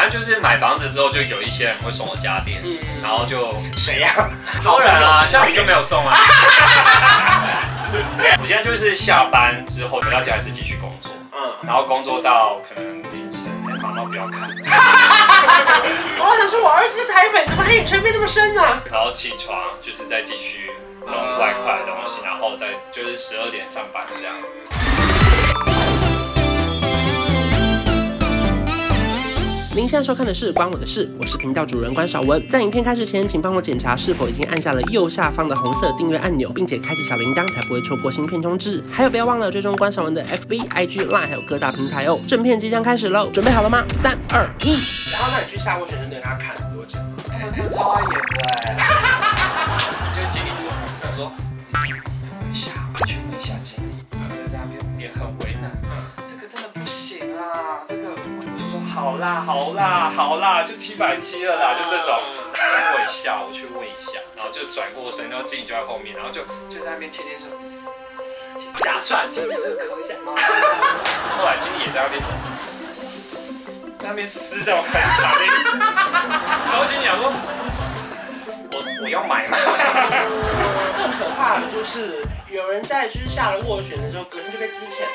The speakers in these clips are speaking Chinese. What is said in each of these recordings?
正就是买房子之后，就有一些人会送我家电，然后就谁呀？ 当然啊，像你就没有送啊。我现在就是下班之后回到家还是继续工作，然后工作到可能凌晨，妈妈不要看。 我想说，我儿子在台北，怎么黑眼圈变那么深呢？ 然后起床就是再继续弄外快的东西，然后再就是12点上班这样。 您现在收看的是《关我的事》，我是频道主人关少文。在影片开始前，请帮我检查是否已经按下了右下方的红色订阅按钮，并且开启小铃铛，才不会错过新片通知。还有，不要忘了追踪关少文的 FB、IG、Line， 还有各大平台哦。正片即将开始喽，准备好了吗？3、2、1。然后，那你去夏威夷真的跟他看很多钱吗？ 他超爱演的哎。就经理就想说，问一下，去问一下经理，就在那边也很为难。这个真的不行啊，这个。好啦，就770了啦，就这种。问一下，我去问一下，然后就转过身，然后经理就在后面，然后就在那边切说，假算经理这个可以吗？后来经理也在那边撕这种很长的意思，然后经理讲说，我要买吗？ 更可怕的就是有人在就是下了斡旋的时候，隔天就被资遣。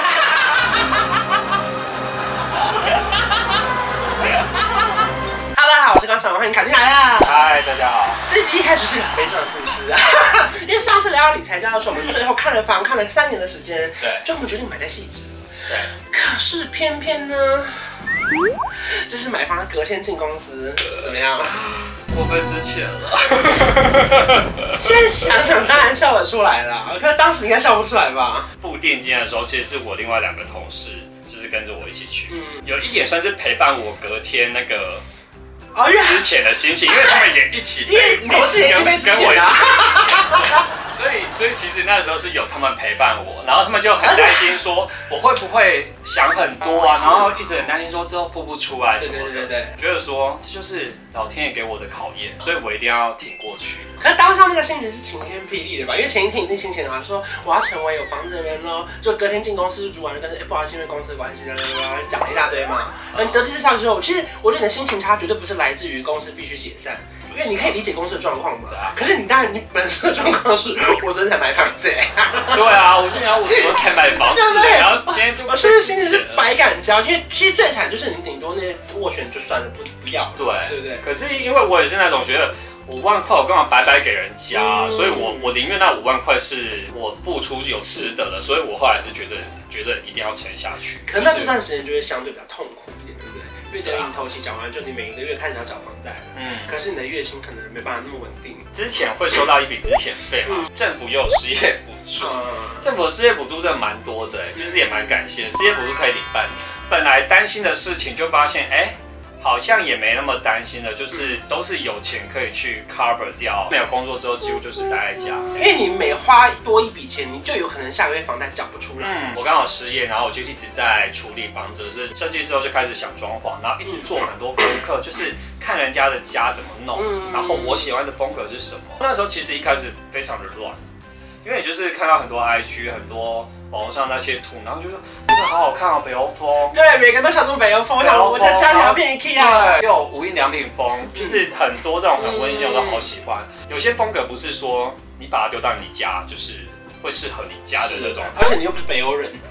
大家好，我是关少文，欢迎卡进来啦！ 嗨，大家好。 这集一开始是个悲壮的故事啊，因为上次聊到理财家的时候，我们最后看了房，看了3年的时间， 对， 就我们决定买在细致。 对， 可是偏偏呢，就是买房隔天进公司，怎么样？ 我被资遣了。 现在想想当然笑得出来了，可是当时应该笑不出来吧？ 付定金的时候，其实是我另外2个同事，就是跟着我一起去，有一点算是陪伴我隔天那个。之前的心情，因为他们也一起， 因为你是也被之前啊， 所以其实那时候是有他们陪伴我，然后他们就很担心说我会不会想很多啊，然后一直很担心说之后付不出来什么的，对，觉得说这就是老天爷给我的考验，所以我一定要挺过去。 可是当下那个心情是晴天霹雳的吧？因为前一天一定心情的话说我要成为有房子的人喽，就隔天进公司主管就跟不好意思，因为公司的关系，讲了一大堆嘛。你得知这消息之后，其实我觉得你的心情差绝对不是来自于公司必须解散，因为你可以理解公司的状况嘛。可是你当然你本身的状况是，我昨天才买房子。 对啊，我今天我昨天才买房子，然后今天就我是心情是百感交，因为其实最惨就是你顶多那些斡旋就算了，不要，对不对？ 可是因为我也是那种觉得。5万块我干嘛白白给人家？所以我宁愿那5万块是我付出有值得的，所以我后来是觉得一定要撑下去。 可能那这段时间就会相对比较痛苦一点，对不对？因为等于你头期缴完，就你每一个月开始要缴房贷，可是你的月薪可能没办法那么稳定。 之前会收到一笔资遣费嘛，政府也有失业补助，政府的失业补助真的蛮多的，就是也蛮感谢，失业补助可以领半年。本来担心的事情就发现，好像也没那么担心了，就是都是有钱可以去 cover 掉，没有工作之后几乎就是待在家， 因为你每花多一笔钱，你就有可能下个月房贷缴不出来。 我刚好失业，然后我就一直在处理房子，是设计之后就开始想装潢，然后一直做很多功课，就是看人家的家怎么弄，然后我喜欢的风格是什么。那时候其实一开始非常的乱，因为就是看到很多 IG 很多。网络上那些图，然后就说这个好好看哦，北欧风。对， 每个人都想做北欧风，我想家里要变 IKEA。 对，又无印良品风，就是很多这种很温馨，我都好喜欢。有些风格不是说你把它丢到你家，就是会适合你家的这种。 而且你又不是北欧人。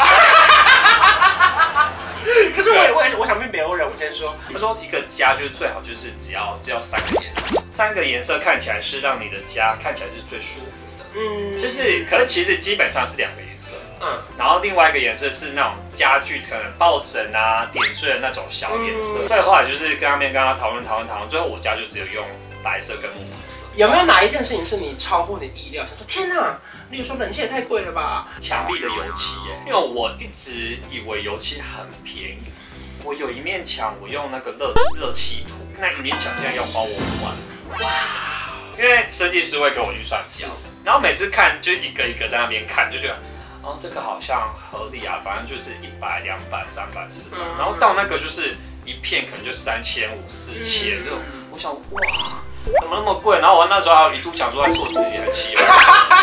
可是我想变北欧人，我先说。 他说一个家就是最好就是只要3个颜色，3个颜色看起来是让你的家看起来是最舒服的。就是可是其实基本上是2个颜色。然后另外一个颜色是那种家具，可能抱枕啊、点缀的那种小颜色。所以后来就是跟他讨论，最后我家就只有用白色跟木色。 有没有哪一件事情是你超乎你的意料？想说天哪，例如说冷气也太贵了吧？ 墙壁的油漆耶，因为我一直以为油漆很便宜。我有一面墙，我用那个热漆涂，那一面墙现在要包我5万。哇！因为设计师会给我预算表，然后每次看就一个一个在那边看，就觉得。这个好像合理啊，反正就是100、200、300、400，然后到那个就是一片可能就3500、4000这种，我想哇，怎么那么贵？然后我那时候还有一度想说，还是我自己来漆吧。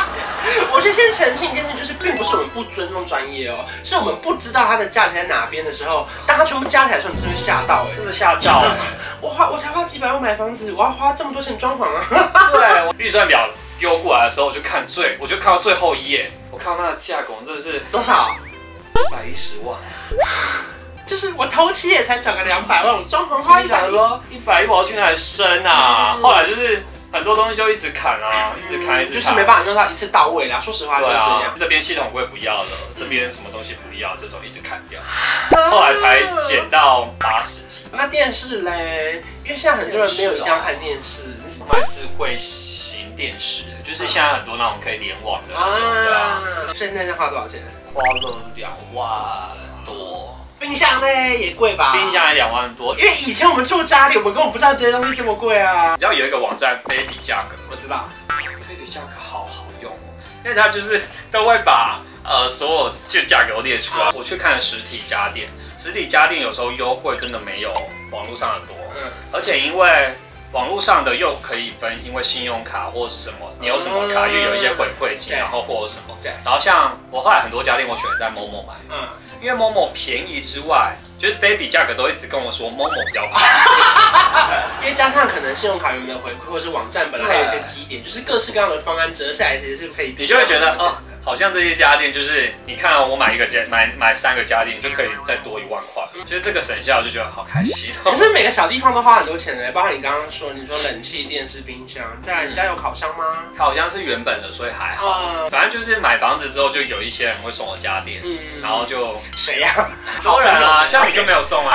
我就先澄清一件事，就是并不是我们不尊重专业哦，是我们不知道它的价钱在哪边的时候，当它全部加起来的时候，你是不是吓到？ 真的吓到我才花几百万买房子，我要花这么多钱装潢啊！ 对，我预算表丢过来的时候，我就看到最后一页，我看到那个价格，真的是多少 ？110万。 就是我头期也才缴个200万，我装潢花100 说110我要去哪里生啊？后来就是很多东西就一直砍啊，一直砍， 就是没办法用到一次到位啦。说实话就是这样。 这边系统柜不要了，这边什么东西不要，这种一直砍掉，后来才减到80几。 那电视嘞？因为现在很多人没有一定要看电视， 买智慧型电视，就是现在很多那种可以联网的那种，对啊。 现在花多少钱？ 花了2万多。 冰箱呢也贵吧？ 冰箱也2万多， 因为以前我们住家里，我们根本不知道这些东西这么贵啊。 你知道有一个网站非比价格， 我知道， 非比价格好好用哦，因为它就是都会把所有就价格列出来。我去看实体家电，实体家电有时候优惠真的没有网络上的多，而且因为网络上的又可以分，因为信用卡或什么，你有什么卡又有一些回馈金，然后或者什么，然后像我后来很多家电我选择在 Momo 买，因为 Momo 便宜之外，就是 baby 价格都一直跟我说 Momo 比较便宜， 因为加上可能信用卡有没有回馈，或是网站本来还有一些基点，就是各式各样的方案折下来其实是可以， 你就会觉得哦，好像这些家电就是你看我买3个家电就可以再多1万块，就是这个省下我就觉得好开心。 可是每个小地方都花很多钱的，包括你刚刚说，你说冷气、电视、冰箱，再来你家有烤箱吗？ 烤箱是原本的，所以还好。反正就是买房子之后，就有一些人会送我家电，然后就谁呀？ 当然啊，像你就没有送啊。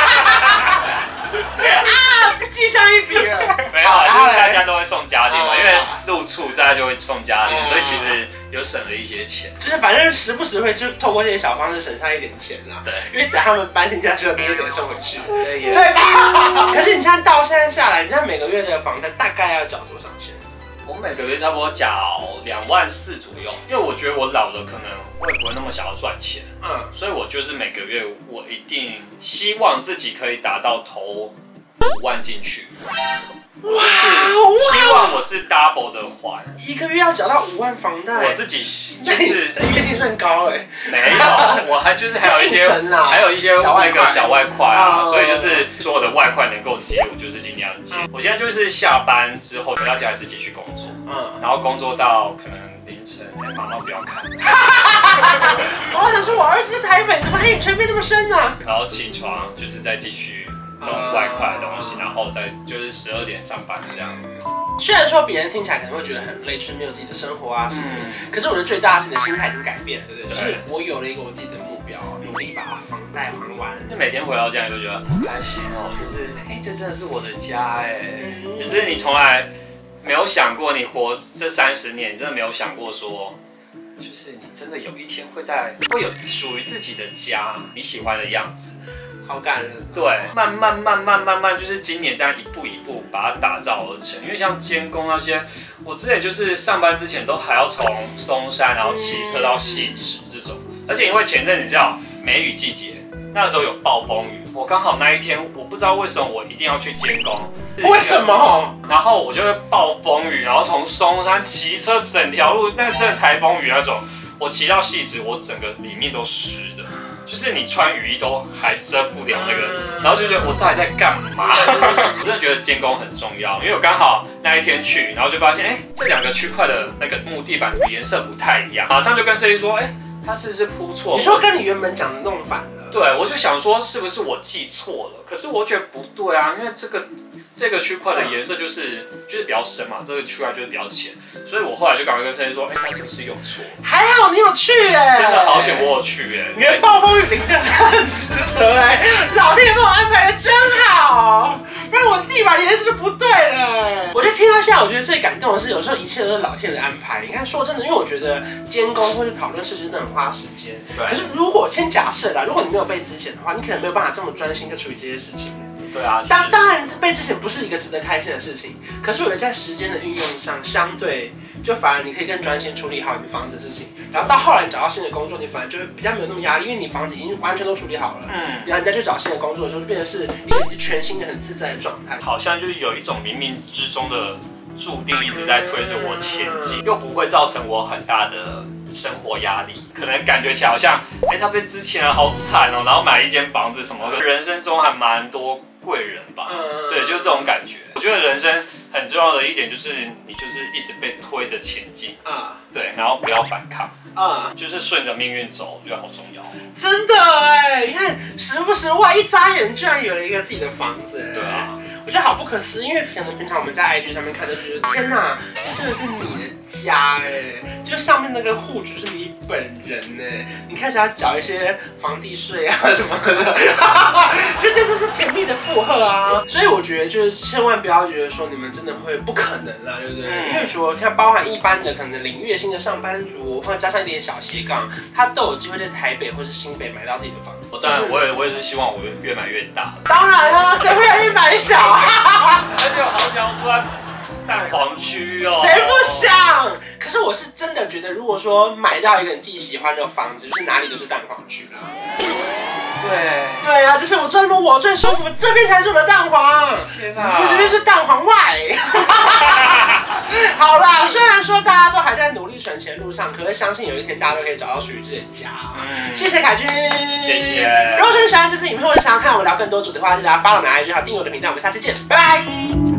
记上一笔了。 没有，就是大家都会送家电嘛，因为入厝大家就会送家电，所以其实有省了一些钱。 就是反正时不时会就透过这些小方式省下一点钱啦。对，因为等他们搬新家之后，你就得送回去。对吧？可是你现在到现在下来，你看每个月的房贷大概要缴多少钱？ 我每个月差不多缴2万4左右，因为我觉得我老了可能我也不会那么想要赚钱，所以我就是每个月我一定希望自己可以达到投5万进去，希望我是 double 的还， 一个月要缴到5万房贷， 我自己就是月薪算高哎， 没有，我还就是还有一些那个小外快啊，所以就是所有的外快能够接，我就是尽量接。我现在就是下班之后回到家还是继续工作，然后工作到可能凌晨，妈妈不要看。 我想说，我儿子在台北，怎么黑眼圈变那么深呢？ 然后起床就是再继续弄外快的东西，然后再就是12点上班这样。 虽然说别人听起来可能会觉得很累，就是没有自己的生活啊什么的，可是我觉得最大的是你的心态已经改变了，对不对？就是我有了一个我自己的目标，努力把房贷还完。 就每天回到家就觉得好开心哦，就是这真的是我的家就是你从来没有想过，你活这30年，你真的没有想过说，就是你真的有一天会有属于自己的家，你喜欢的样子。 好感人。 对，慢慢，就是今年这样一步一步把它打造而成。因为像监工那些，我之前就是上班之前都还要从松山然后骑车到汐止这种，而且因为前阵子叫梅雨季节，那时候有暴风雨，我刚好那一天我不知道为什么我一定要去监工， 为什么？ 然后我就会暴风雨，然后从松山骑车整条路，那真的台风雨那种，我骑到汐止，我整个里面都湿的。就是你穿雨衣都还遮不了那个，然后就觉得我到底在干嘛？我真的觉得监工很重要，因为我刚好那一天去，然后就发现，这2个区块的那个木地板颜色不太一样，马上就跟设计说，它是不是铺错？ 你说跟你原本讲的弄反了？ 对，我就想说是不是我记错了？可是我觉得不对啊，因为这个区块的颜色就是比较深嘛，这个区块就是比较浅，所以我后来就赶快跟设计说，他是不是用错？还好你有去真的好险我有去因为暴风雨淋得很值得老天爷帮我安排的真好，不然我地板颜色就不对了。我觉得听到现在，我觉得最感动的是，有时候一切都是老天爷的安排。你看，说真的，因为我觉得监工或是讨论设计真的很花时间。可是如果先假设啦，如果你没有被之前的话，你可能没有办法这么专心的处理这些事情。 对啊， 当然被之前不是一个值得开心的事情，可是我觉得在时间的运用上，相对就反而你可以更专心处理好你的房子的事情，然后到后来你找到新的工作，你反而就会比较没有那么压力，因为你房子已经完全都处理好了。然后你再去找新的工作的时候，就变成是一个全新的、很自在的状态。 好像就是有一种冥冥之中的注定一直在推着我前进，又不会造成我很大的生活压力，可能感觉起来好像，他被之前好惨哦，然后买一间房子什么的，人生中还蛮多贵人吧，对，就是这种感觉。我觉得人生很重要的一点就是，你就是一直被推着前进，对，然后不要反抗，就是顺着命运走，我觉得好重要。 真的你看，时不时哇，一眨眼居然有了一个自己的房子， 对啊。 我觉得好不可思议，因为可能平常我们在 IG 上面看的就觉得天哪，这真的是你的家就是上面那个户主是你本人你开始要缴一些房地税啊什么的，就这就是甜蜜的负荷啊。所以我觉得就是千万不要觉得说你们真的会不可能啦，对不对？因为说看包含一般的可能领月薪的上班族，或者加上一点小斜杠，他都有机会在台北或是新北买到自己的房子。 当然，我也是希望我越买越大。 当然啊，谁会愿意买小？ 而且我好想要住在蛋黄区哦。 谁不想？可是我是真的觉得，如果说买到一个你自己喜欢的房子，就是哪里都是蛋黄区啦。对啊，就是我住在那边我最舒服，这边才是我的蛋黄。 天哪， 那边是蛋黄外。好啦，虽然说大家都还在努力存钱路上，可是相信有一天大家都可以找到属于自己的家。谢谢凯君， 谢谢。 如果说你喜欢这支影片，或者想要看我聊更多主题的话，记得follow我们的IG，还有订阅我的频道。我们下期见，拜拜。